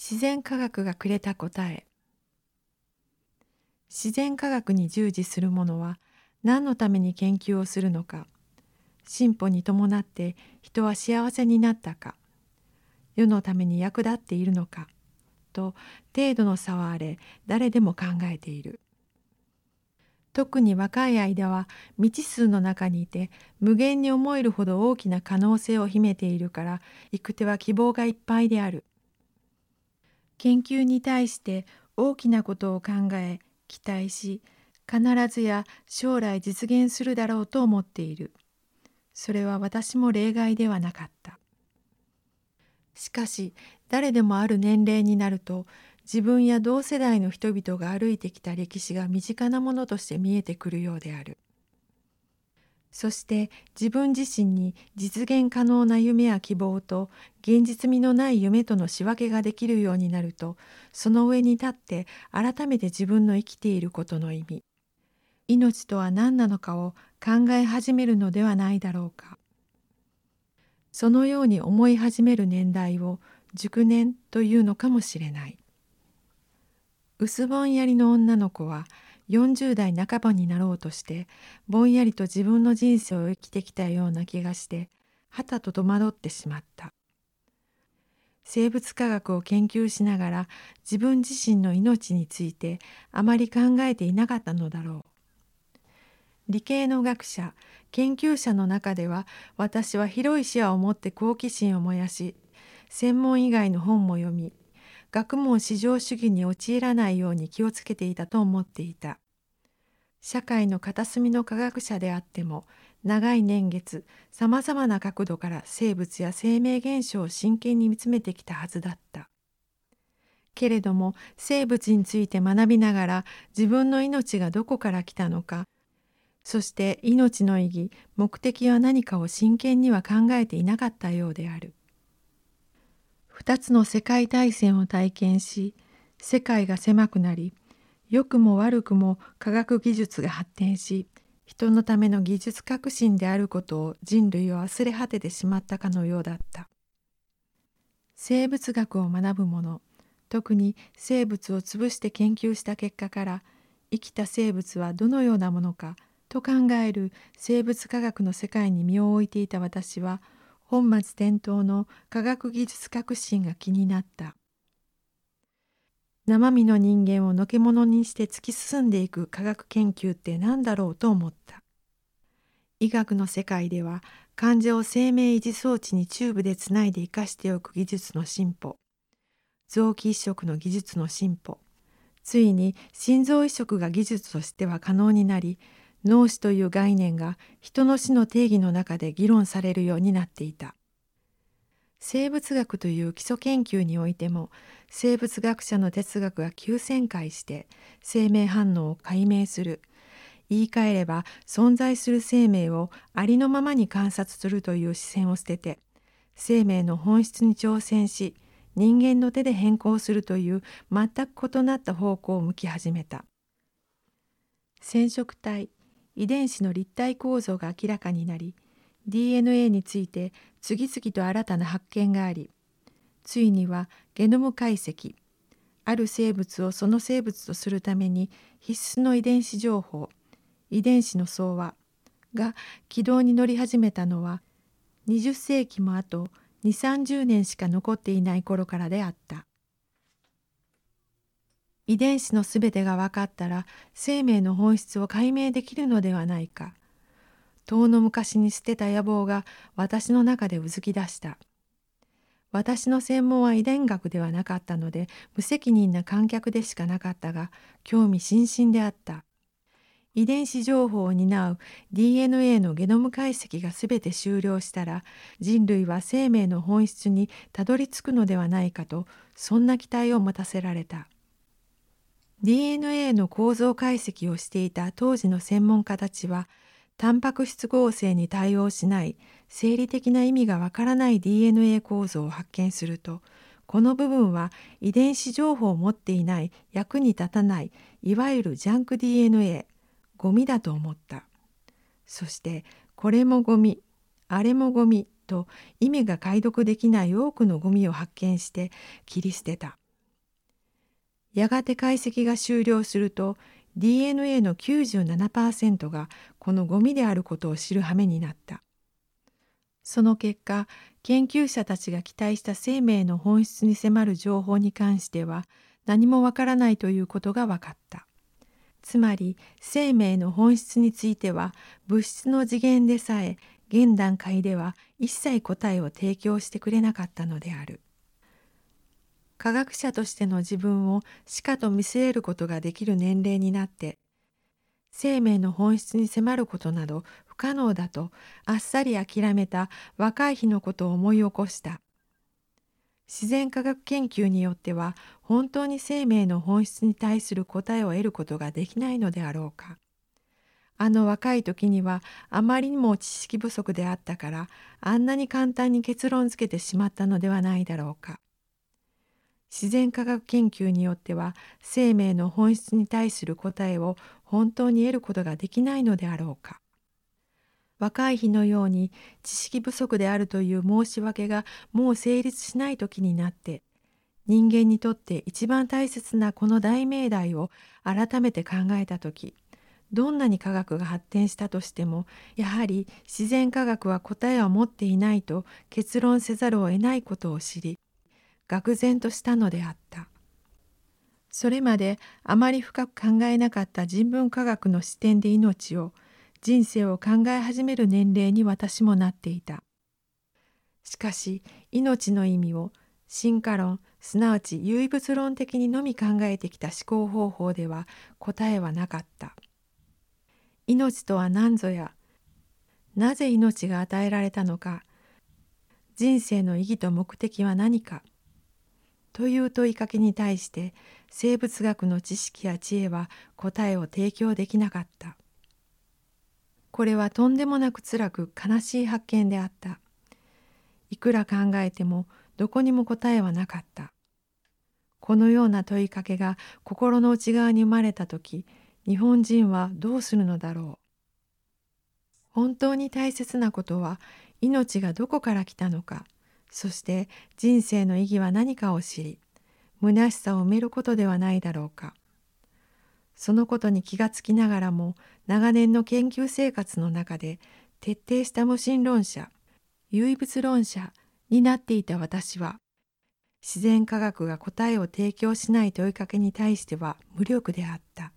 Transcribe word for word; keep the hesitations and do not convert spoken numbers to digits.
自然科学がくれた答え。自然科学に従事する者は何のために研究をするのか、進歩に伴って人は幸せになったか、世のために役立っているのかと程度の差はあれ誰でも考えている。特に若い間は未知数の中にいて無限に思えるほど大きな可能性を秘めているから行く手は希望がいっぱいである。研究に対して大きなことを考え期待し必ずや将来実現するだろうと思っている。それは私も例外ではなかった。しかし誰でもある年齢になると自分や同世代の人々が歩いてきた歴史が身近なものとして見えてくるようである。そして自分自身に実現可能な夢や希望と現実味のない夢との仕分けができるようになると、その上に立って改めて自分の生きていることの意味、命とは何なのかを考え始めるのではないだろうか。そのように思い始める年代を熟年というのかもしれない。薄ぼんやりの女の子はよんじゅう代半ばになろうとしてぼんやりと自分の人生を生きてきたような気がしてはたと戸惑ってしまった。生物科学を研究しながら自分自身の命についてあまり考えていなかったのだろう。理系の学者、研究者の中では私は広い視野を持って好奇心を燃やし、専門以外の本も読み、学問至上主義に陥らないように気をつけていたと思っていた。社会の片隅の科学者であっても、長い年月、さまざまな角度から生物や生命現象を真剣に見つめてきたはずだった。けれども、生物について学びながら自分の命がどこから来たのか、そして命の意義、目的は何かを真剣には考えていなかったようである。二つの世界大戦を体験し、世界が狭くなり、良くも悪くも科学技術が発展し、人のための技術革新であることを人類は忘れ果ててしまったかのようだった。生物学を学ぶ者、特に生物を潰して研究した結果から、生きた生物はどのようなものかと考える生物科学の世界に身を置いていた私は、本末転倒の科学技術革新が気になった。生身の人間をのけ者にして突き進んでいく科学研究って何だろうと思った。医学の世界では患者を生命維持装置にチューブでつないで生かしておく技術の進歩、臓器移植の技術の進歩、ついに心臓移植が技術としては可能になり、脳死という概念が人の死の定義の中で議論されるようになっていた。生物学という基礎研究においても、生物学者の哲学が急旋回して生命反応を解明する、言い換えれば存在する生命をありのままに観察するという視線を捨てて、生命の本質に挑戦し、人間の手で変更するという全く異なった方向を向き始めた。染色体、遺伝子の立体構造が明らかになり、ディーエヌエー について次々と新たな発見があり、ついにはゲノム解析、ある生物をその生物とするために必須の遺伝子情報、遺伝子の総和が軌道に乗り始めたのは、にじゅっ世紀もあとにじゅう、さんじゅうねんしか残っていない頃からであった。遺伝子のすべてが分かったら生命の本質を解明できるのではないか。遠の昔に捨てた野望が私の中でうずき出した。私の専門は遺伝学ではなかったので無責任な観客でしかなかったが、興味津々であった。遺伝子情報を担う ディーエヌエー のゲノム解析がすべて終了したら、人類は生命の本質にたどり着くのではないかと、そんな期待を持たせられた。ディーエヌエー の構造解析をしていた当時の専門家たちは、タンパク質合成に対応しない生理的な意味がわからない ディーエヌエー 構造を発見すると、この部分は遺伝子情報を持っていない役に立たないいわゆるジャンク ディーエヌエー、ゴミだと思った。そしてこれもゴミ、あれもゴミと意味が解読できない多くのゴミを発見して切り捨てた。 やがて解析が終了すると ディーエヌエー の きゅうじゅうななパーセント がこのゴミであることを知る羽目になった。その結果、研究者たちが期待した生命の本質に迫る情報に関しては何もわからないということが分かった。つまり生命の本質については物質の次元でさえ現段階では一切答えを提供してくれなかったのである。科学者としての自分をしかと見据えることができる年齢になって、生命の本質に迫ることなど不可能だとあっさり諦めた若い日のことを思い起こした。自然科学研究によっては本当に生命の本質に対する答えを得ることができないのであろうか。あの若い時にはあまりにも知識不足であったからあんなに簡単に結論付けてしまったのではないだろうか。自然科学研究によっては生命の本質に対する答えを本当に得ることができないのであろうか。若い日のように知識不足であるという申し訳がもう成立しない時になって、人間にとって一番大切なこの大命題を改めて考えた時、どんなに科学が発展したとしてもやはり自然科学は答えを持っていないと結論せざるを得ないことを知り、愕然としたのであった。それまであまり深く考えなかった人文科学の視点で命を、人生を考え始める年齢に私もなっていた。しかし命の意味を進化論、すなわち唯物論的にのみ考えてきた思考方法では答えはなかった。命とは何ぞや、なぜ命が与えられたのか、人生の意義と目的は何かという問いかけに対して生物学の知識や知恵は答えを提供できなかった。これはとんでもなく辛く悲しい発見であった。いくら考えてもどこにも答えはなかった。このような問いかけが心の内側に生まれたとき、日本人はどうするのだろう。本当に大切なことは命がどこから来たのか、そして人生の意義は何かを知り、虚しさを埋めることではないだろうか。そのことに気がつきながらも長年の研究生活の中で徹底した無神論者、唯物論者になっていた私は、自然科学が答えを提供しない問いかけに対しては無力であった。